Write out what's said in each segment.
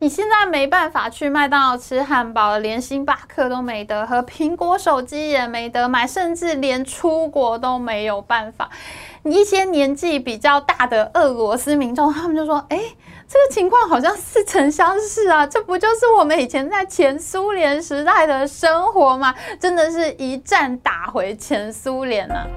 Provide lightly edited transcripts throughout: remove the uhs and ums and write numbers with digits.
你现在没办法去麦当劳吃汉堡，连星巴克都没得喝，苹果手机也没得买，甚至连出国都没有办法。一些年纪比较大的俄罗斯民众，他们就说：“这个情况好像似曾相识啊，这不就是我们以前在前苏联时代的生活吗？真的是一战打回前苏联啊！”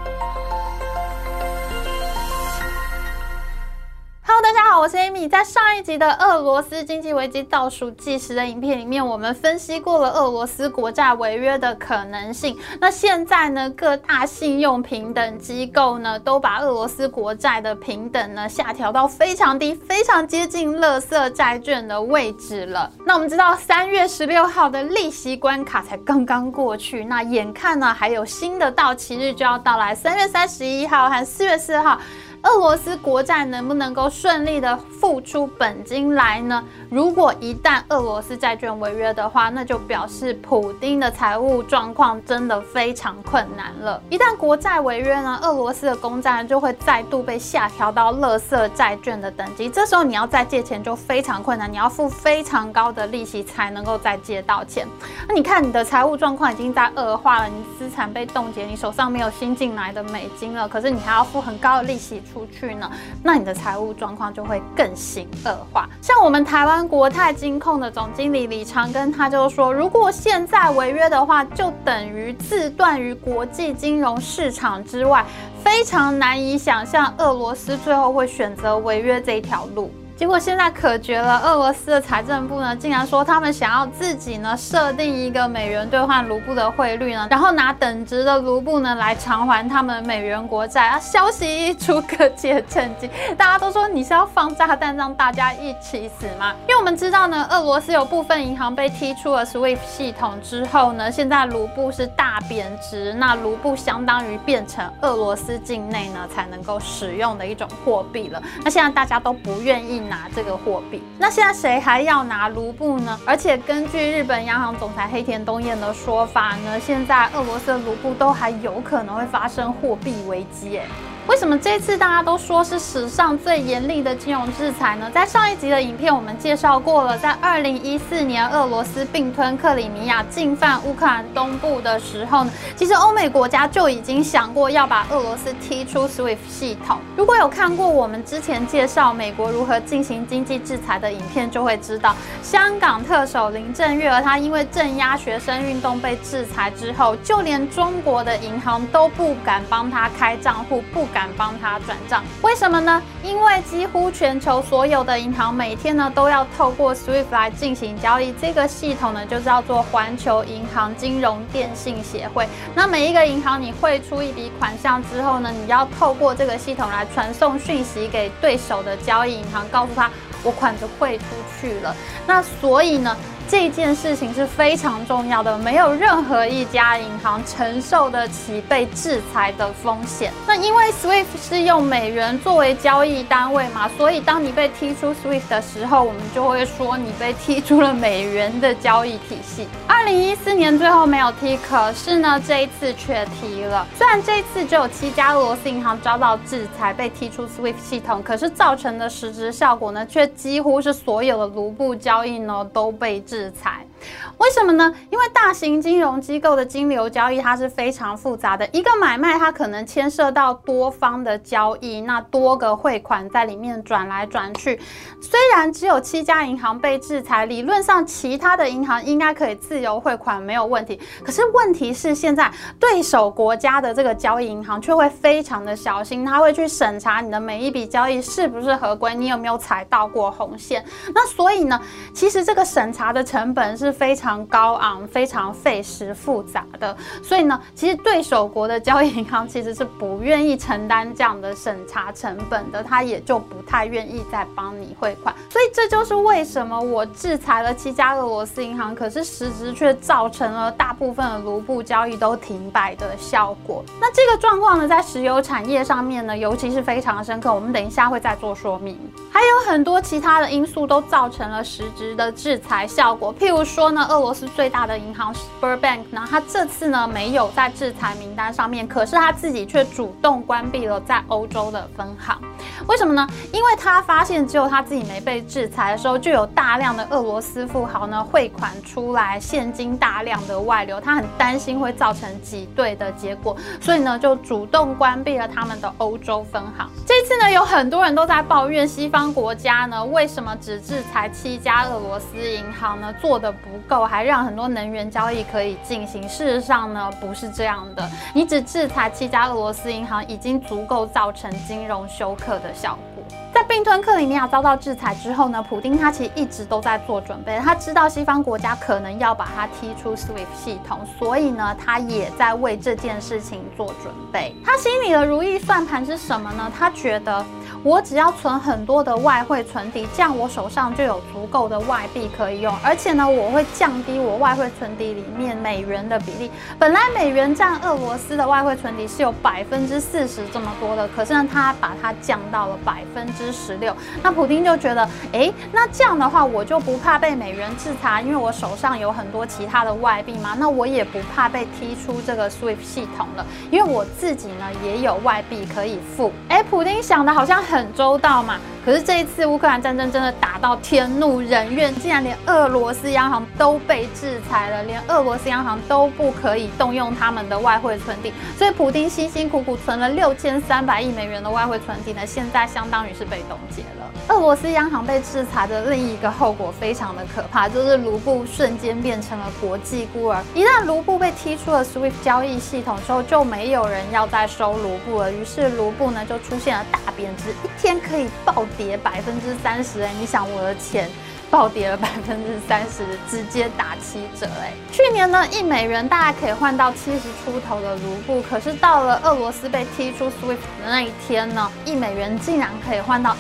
Hello， 大家好，我是 Amy。在上一集的俄罗斯经济危机倒数计时的影片里面，我们分析过了俄罗斯国债违约的可能性。那现在呢，各大信用评等机构呢，都把俄罗斯国债的评等呢下调到非常低，非常接近垃圾债券的位置了。那我们知道3月16号的利息关卡才刚刚过去，那眼看呢还有新的到期日就要到来，3月31号和4月4号。俄罗斯国债能不能够顺利的付出本金来呢？如果一旦俄罗斯债券违约的话，那就表示普丁的财务状况真的非常困难了。一旦国债违约呢，俄罗斯的公债就会再度被下调到垃圾债券的等级，这时候你要再借钱就非常困难，你要付非常高的利息才能够再借到钱。那你看你的财务状况已经在恶化了，你资产被冻结，你手上没有新进来的美金了，可是你还要付很高的利息出去呢，那你的财务状况就会更形恶化。像我们台湾国泰金控的总经理李长庚，他就说，如果现在违约的话，就等于自断于国际金融市场之外，非常难以想象俄罗斯最后会选择违约这条路。结果现在可绝了，俄罗斯的财政部呢，竟然说他们想要自己呢设定一个美元兑换卢布的汇率呢，然后拿等值的卢布呢来偿还他们美元国债啊！消息一出，各界震惊，大家都说你是要放炸弹让大家一起死吗？因为我们知道呢，俄罗斯有部分银行被踢出了 SWIFT 系统之后呢，现在卢布是大贬值，那卢布相当于变成俄罗斯境内呢才能够使用的一种货币了。那现在大家都不愿意拿这个货币，那现在谁还要拿卢布呢？而且根据日本央行总裁黑田东彦的说法呢，现在俄罗斯的卢布都还有可能会发生货币危机。为什么这次大家都说是史上最严厉的金融制裁呢？在上一集的影片我们介绍过了，在2014年俄罗斯并吞克里米亚进犯乌克兰东部的时候呢，其实欧美国家就已经想过要把俄罗斯踢出 SWIFT 系统。如果有看过我们之前介绍美国如何进行经济制裁的影片，就会知道香港特首林郑月娥她因为镇压学生运动被制裁之后，就连中国的银行都不敢帮她开账户，不敢帮他转账。为什么呢？因为几乎全球所有的银行每天呢都要透过 SWIFT 来进行交易，这个系统呢就叫做环球银行金融电信协会。那每一个银行你汇出一笔款项之后呢，你要透过这个系统来传送讯息给对手的交易银行，告诉他我款子汇出去了。那所以呢，这件事情是非常重要的，没有任何一家银行承受得起被制裁的风险。那因为 SWIFT 是用美元作为交易单位嘛，所以当你被踢出 SWIFT 的时候，我们就会说你被踢出了美元的交易体系。2014年最后没有踢，可是呢这一次却踢了。虽然这一次只有7家俄罗斯银行遭到制裁被踢出 SWIFT 系统，可是造成的实质效果呢，却几乎是所有的卢布交易呢都被制裁。为什么呢？因为大型金融机构的金流交易它是非常复杂的，一个买卖它可能牵涉到多方的交易，那多个汇款在里面转来转去。虽然只有7家银行被制裁，理论上其他的银行应该可以自由汇款没有问题，可是问题是现在对手国家的这个交易银行却会非常的小心，他会去审查你的每一笔交易是不是合规，你有没有踩到过红线。那所以呢，其实这个审查的成本是非常高昂、非常费时复杂的，所以呢，其实对手国的交易银行其实是不愿意承担这样的审查成本的，他也就不太愿意再帮你汇款。所以这就是为什么我制裁了7家俄罗斯银行，可是实质却造成了大部分的卢布交易都停摆的效果。那这个状况呢，在石油产业上面呢，尤其是非常深刻，我们等一下会再做说明。还有很多其他的因素都造成了实质的制裁效果，譬如说说呢，俄罗斯最大的银行 Sberbank 呢，它这次呢没有在制裁名单上面，可是它自己却主动关闭了在欧洲的分行。为什么呢？因为他发现只有他自己没被制裁的时候，就有大量的俄罗斯富豪呢汇款出来，现金大量的外流，他很担心会造成挤兑的结果，所以呢就主动关闭了他们的欧洲分行。这次呢有很多人都在抱怨西方国家呢为什么只制裁7家俄罗斯银行呢，做得不够，还让很多能源交易可以进行。事实上呢不是这样的，你只制裁7家俄罗斯银行已经足够造成金融休克的效果。在并吞克里米亚遭到制裁之后呢，普丁他其实一直都在做准备，他知道西方国家可能要把他踢出 SWIFT 系统，所以呢他也在为这件事情做准备。他心里的如意算盘是什么呢？他觉得我只要存很多的外汇存底，这样我手上就有足够的外币可以用，而且呢我会降低我外汇存底里面美元的比例。本来美元占俄罗斯的外汇存底是有40%这么多的，可是呢他把它降到了16%。那普丁就觉得，那这样的话我就不怕被美元制裁，因为我手上有很多其他的外币嘛，那我也不怕被踢出这个 SWIFT 系统了，因为我自己呢也有外币可以付。普丁想的好像很周到嘛。可是这一次乌克兰战争真的打到天怒人怨，竟然连俄罗斯央行都被制裁了，连俄罗斯央行都不可以动用他们的外汇存底，所以普丁辛辛苦苦存了6300亿美元的外汇存底呢，现在相当于是被冻结了。俄罗斯央行被制裁的另一个后果非常的可怕，就是卢布瞬间变成了国际孤儿。一旦卢布被踢出了 SWIFT 交易系统之后，就没有人要再收卢布了，于是卢布呢就出现了大贬值，一天可以暴跌30%。你想我的钱暴跌了30%，直接打7折。去年呢，1美元大概可以换到70出头的卢布，可是到了俄罗斯被踢出 SWIFT 的那一天呢，1美元竟然可以换到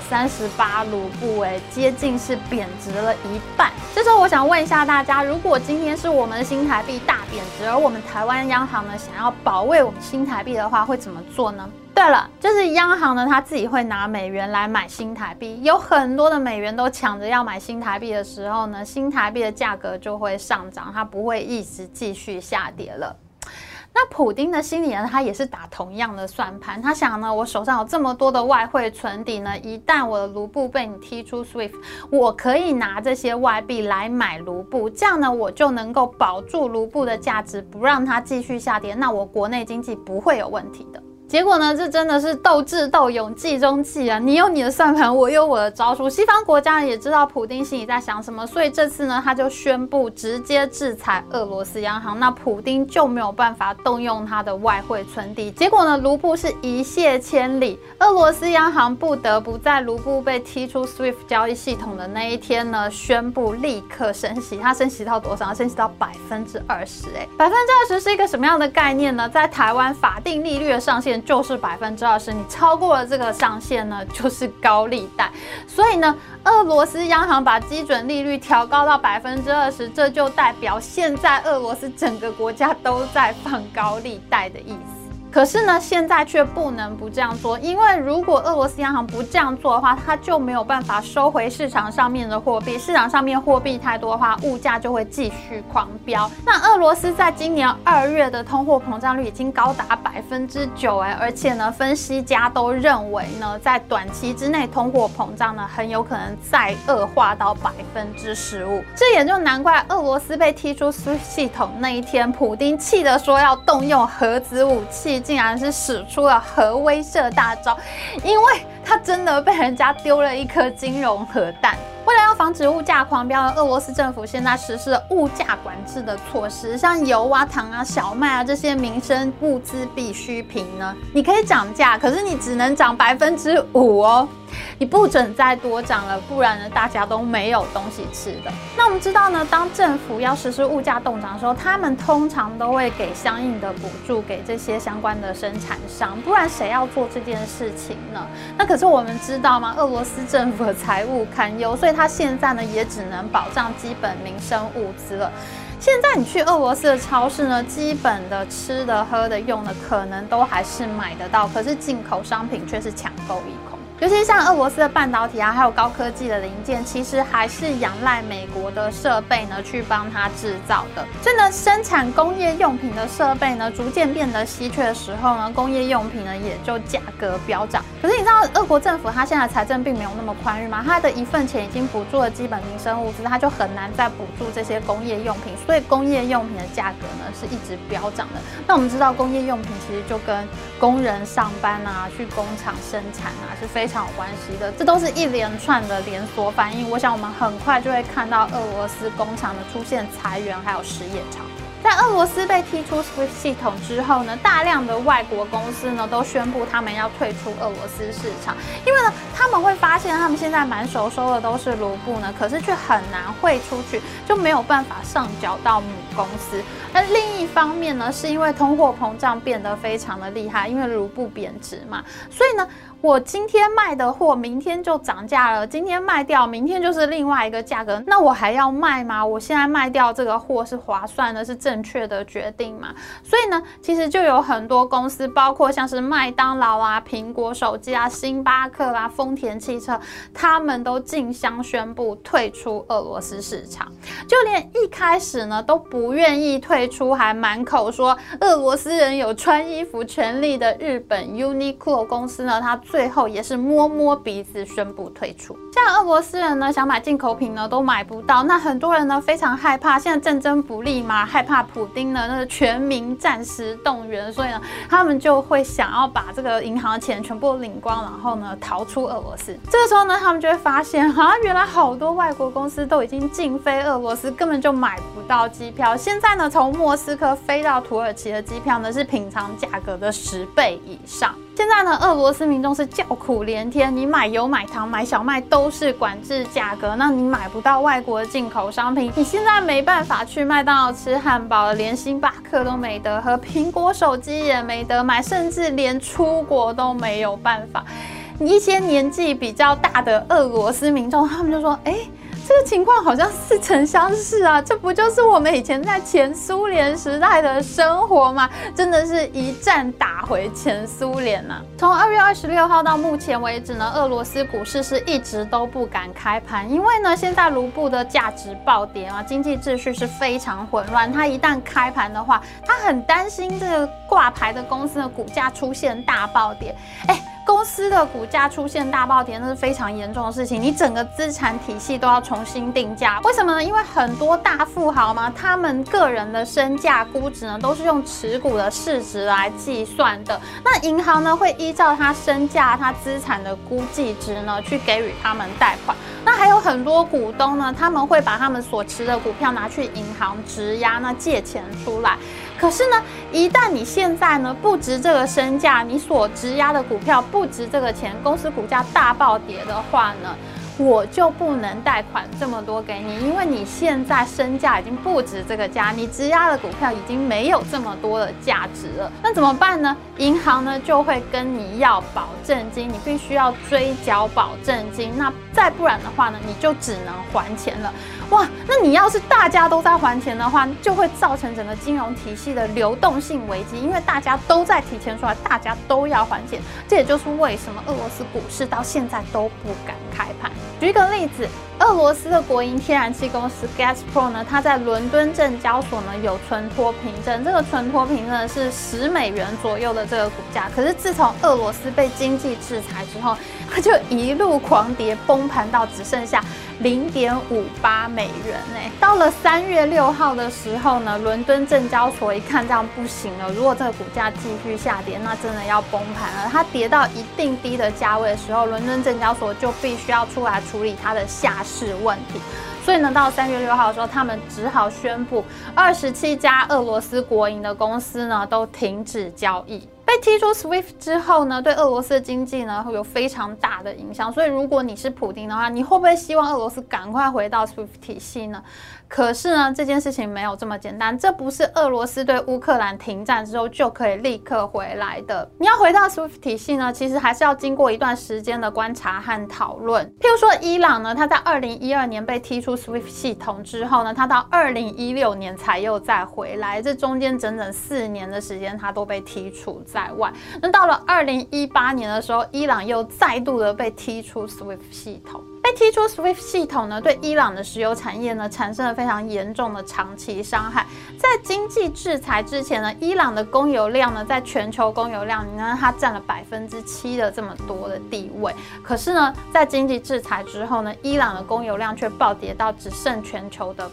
138卢布，接近是贬值了一半。这时候我想问一下大家，如果今天是我们的新台币大贬值，而我们台湾央行呢想要保卫我们新台币的话，会怎么做呢？对了，就是央行呢，他自己会拿美元来买新台币，有很多的美元都抢着要买新台币的时候呢，新台币的价格就会上涨，它不会一直继续下跌了。那普丁的心里呢，他也是打同样的算盘，他想呢，我手上有这么多的外汇存底呢，一旦我的卢布被你踢出 SWIFT， 我可以拿这些外币来买卢布，这样呢，我就能够保住卢布的价值，不让它继续下跌，那我国内经济不会有问题的。结果呢，这真的是斗智斗勇，计中计啊！你有你的算盘，我有我的招数。西方国家也知道普丁心里在想什么，所以这次呢，他就宣布直接制裁俄罗斯央行。那普丁就没有办法动用他的外汇存底。结果呢，卢布是一泻千里，俄罗斯央行不得不在卢布被踢出 SWIFT 交易系统的那一天呢，宣布立刻升息。它升息到多少？升息到20%。20%是一个什么样的概念呢？在台湾法定利率的上限就是20%，你超过了这个上限呢，就是高利贷。所以呢，俄罗斯央行把基准利率调高到20%，这就代表现在俄罗斯整个国家都在放高利贷的意思。可是呢，现在却不能不这样做，因为如果俄罗斯央行不这样做的话，它就没有办法收回市场上面的货币，市场上面货币太多的话，物价就会继续狂飙。那俄罗斯在今年2月的通货膨胀率已经高达9%，而且呢，分析家都认为呢，在短期之内通货膨胀呢很有可能再恶化到15%。这也就难怪俄罗斯被踢出 SWIFT 系统那一天，普丁气得说要动用核子武器。竟然是使出了核威慑大招，因为他真的被人家丢了一颗金融核弹。为了要防止物价狂飙，俄罗斯政府现在实施了物价管制的措施，像油啊、糖啊、小麦啊这些民生物资必需品呢，你可以涨价，可是你只能涨5%哦。你不准再多涨了，不然呢，大家都没有东西吃的。那我们知道呢，当政府要实施物价动涨的时候，他们通常都会给相应的补助给这些相关的生产商，不然谁要做这件事情呢？那可是我们知道吗？俄罗斯政府的财务堪忧，所以他现在呢也只能保障基本民生物资了。现在你去俄罗斯的超市呢，基本的吃的、喝的、用的可能都还是买得到，可是进口商品却是抢购一空。 尤其像俄罗斯的半导体啊，还有高科技的零件，其实还是仰赖美国的设备呢去帮它制造的。所以呢，生产工业用品的设备呢逐渐变得稀缺的时候呢，工业用品呢也就价格飙涨。可是你知道俄国政府它现在的财政并没有那么宽裕吗？它的一份钱已经补助了基本民生物资，它就很难再补助这些工业用品，所以工业用品的价格呢是一直飙涨的。那我们知道工业用品其实就跟工人上班啊、去工厂生产啊是非常有关系的，这都是一连串的连锁反应。我想我们很快就会看到俄罗斯工厂的出现裁员还有失业潮。在俄罗斯被踢出 SWIFT 系统之后呢，大量的外国公司呢都宣布他们要退出俄罗斯市场，因为呢他们会发现他们现在满手收的都是卢布呢，可是却很难汇出去，就没有办法上缴到母公司。那另一方面呢，是因为通货膨胀变得非常的厉害，因为卢布贬值嘛，所以呢我今天卖的货明天就涨价了，今天卖掉明天就是另外一个价格，那我还要卖吗？我现在卖掉这个货是划算的，是正确的决定嘛？所以呢其实就有很多公司，包括像是麦当劳啊、苹果手机啊、星巴克啊、丰田汽车，他们都竞相宣布退出俄罗斯市场。就连一开始呢都不愿意退出，还满口说俄罗斯人有穿衣服权利的日本 Uniqlo 公司呢，它最后也是摸摸鼻子宣布退出。像俄罗斯人呢想买进口品呢都买不到，那很多人呢非常害怕，现在战争不利嘛，害怕普丁的那个全民战时动员，所以呢他们就会想要把这个银行的钱全部领光，然后呢逃出俄罗斯。这个时候呢他们就会发现原来好多外国公司都已经禁飞俄罗斯，根本就买不到机票。现在呢从莫斯科飞到土耳其的机票呢是平常价格的10倍以上。现在呢俄罗斯民众是叫苦连天，你买油买糖买小麦都是管制价格，那你买不到外国的进口商品，你现在没办法去麦当劳吃汉堡，连星巴克都没得喝，苹果手机也没得买，甚至连出国都没有办法。一些年纪比较大的俄罗斯民众他们就说这个情况好像似曾相识啊，这不就是我们以前在前苏联时代的生活吗？真的是一战打回前苏联啊。从2月26号到目前为止呢，俄罗斯股市是一直都不敢开盘，因为呢现在卢布的价值暴跌啊，经济秩序是非常混乱，它一旦开盘的话，它很担心这个挂牌的公司的股价出现大暴跌。公司的股价出现大暴跌，那是非常严重的事情，你整个资产体系都要重新定价。为什么呢？因为很多大富豪嘛，他们个人的身价估值呢，都是用持股的市值来计算的。那银行呢，会依照他身价、他资产的估计值呢，去给予他们贷款。那还有很多股东呢，他们会把他们所持的股票拿去银行质押，那借钱出来。可是呢，一旦你现在呢不值这个身价，你所质押的股票不值这个钱，公司股价大暴跌的话呢，我就不能贷款这么多给你，因为你现在身价已经不值这个价，你质押的股票已经没有这么多的价值了。那怎么办呢？银行呢就会跟你要保证金，你必须要追缴保证金，那再不然的话呢，你就只能还钱了。哇，那你要是大家都在还钱的话，就会造成整个金融体系的流动性危机，因为大家都在提钱出来，大家都要还钱。这也就是为什么俄罗斯股市到现在都不敢开盘。举一个例子，俄罗斯的国营天然气公司 Gazprom 呢，它在伦敦证交所呢有存托凭证，这个存托凭证是$10左右的这个股价。可是自从俄罗斯被经济制裁之后，它就一路狂跌，崩盘到只剩下$0.58到了3月6号的时候呢，伦敦证交所一看这样不行了，如果这个股价继续下跌，那真的要崩盘了。它跌到一定低的价位的时候，伦敦证交所就必须要出来处理它的下市问题。所以呢，到3月6号的时候，他们只好宣布27家俄罗斯国营的公司呢都停止交易。被踢出 SWIFT 之后呢，对俄罗斯的经济呢会有非常大的影响。所以如果你是普丁的话，你会不会希望俄罗斯赶快回到 SWIFT 体系呢？可是呢，这件事情没有这么简单，这不是俄罗斯对乌克兰停战之后就可以立刻回来的。你要回到 SWIFT 体系呢，其实还是要经过一段时间的观察和讨论。譬如说伊朗呢，它在2012年被踢出 SWIFT 系统之后呢，它到2016年才又再回来，这中间整整4年的时间它都被剔除在在外。那到了2018年的时候，伊朗又再度的被踢出 SWIFT 系统。被踢出 SWIFT 系统呢，对伊朗的石油产业呢产生了非常严重的长期伤害。在经济制裁之前呢，伊朗的供油量呢，在全球供油量，你看它占了7%的这么多的地位。可是呢，在经济制裁之后呢，伊朗的供油量却暴跌到只剩全球的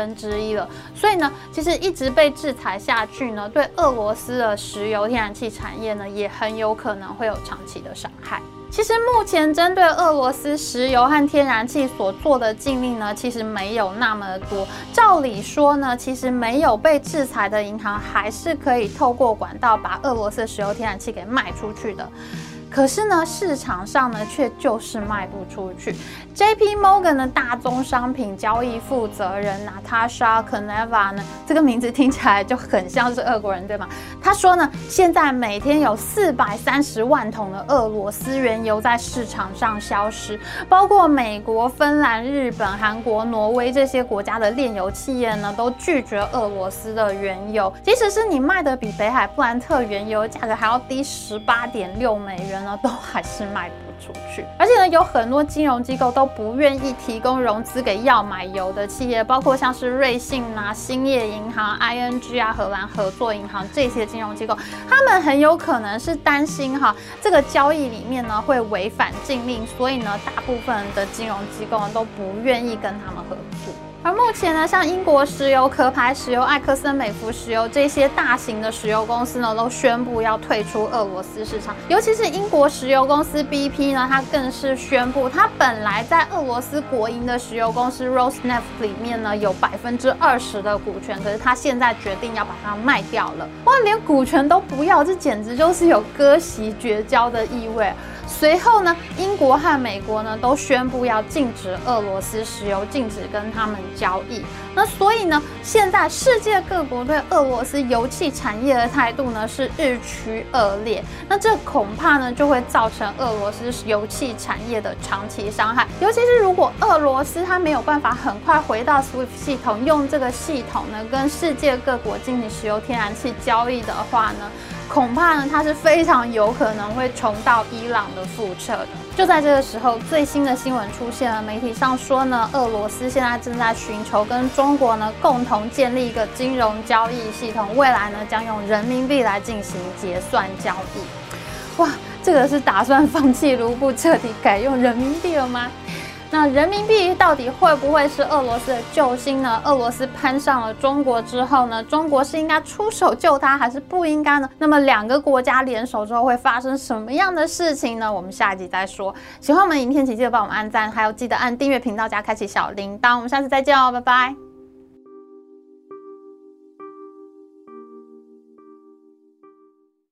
1%了。所以呢，其实一直被制裁下去呢，对俄罗斯的石油天然气产业呢，也很有可能会有长期的伤害。其实目前针对俄罗斯石油和天然气所做的禁令呢，其实没有那么多。照理说呢，其实没有被制裁的银行还是可以透过管道把俄罗斯石油天然气给卖出去的。可是呢，市场上呢却就是卖不出去。JP Morgan 的大宗商品交易负责人 Natasha Koneva 呢，这个名字听起来就很像是俄国人，对吗？他说呢，现在每天有430万桶的俄罗斯原油在市场上消失，包括美国、芬兰、日本、韩国、挪威这些国家的炼油企业呢，都拒绝俄罗斯的原油。即使是你卖的比北海布兰特原油价格还要低18.6美元呢，都还是卖不出去。而且呢，有很多金融机构都不愿意提供融资给要买油的企业，包括像是瑞信啊、兴业银行、ING 啊、荷兰合作银行这些金融机构，他们很有可能是担心这个交易里面呢会违反禁令，所以呢，大部分的金融机构都不愿意跟他们合作。而目前呢，像英国石油、壳牌石油、埃克森美孚石油这些大型的石油公司呢，都宣布要退出俄罗斯市场。尤其是英国石油公司 BP 呢，它更是宣布，它本来在俄罗斯国营的石油公司 Rosneft 里面呢有20%的股权，可是它现在决定要把它卖掉了。哇，连股权都不要，这简直就是有割席绝交的意味。随后呢，英国和美国呢都宣布要禁止俄罗斯石油，禁止跟他们交易。那所以呢，现在世界各国对俄罗斯油气产业的态度呢是日趋恶劣。那这恐怕呢就会造成俄罗斯油气产业的长期伤害。尤其是如果俄罗斯它没有办法很快回到 SWIFT 系统，用这个系统呢跟世界各国进行石油天然气交易的话呢，恐怕呢，它是非常有可能会重蹈伊朗的覆辙的。就在这个时候，最新的新闻出现了，媒体上说呢，俄罗斯现在正在寻求跟中国呢共同建立一个金融交易系统，未来呢将用人民币来进行结算交易。哇，这个是打算放弃卢布，彻底改用人民币了吗？那人民币到底会不会是俄罗斯的救星呢？俄罗斯攀上了中国之后呢，中国是应该出手救它，还是不应该呢？那么两个国家联手之后会发生什么样的事情呢？我们下一集再说。喜欢我们的影片，请记得帮我们按赞，还有记得按订阅频道加开启小铃铛。我们下次再见哦，拜拜。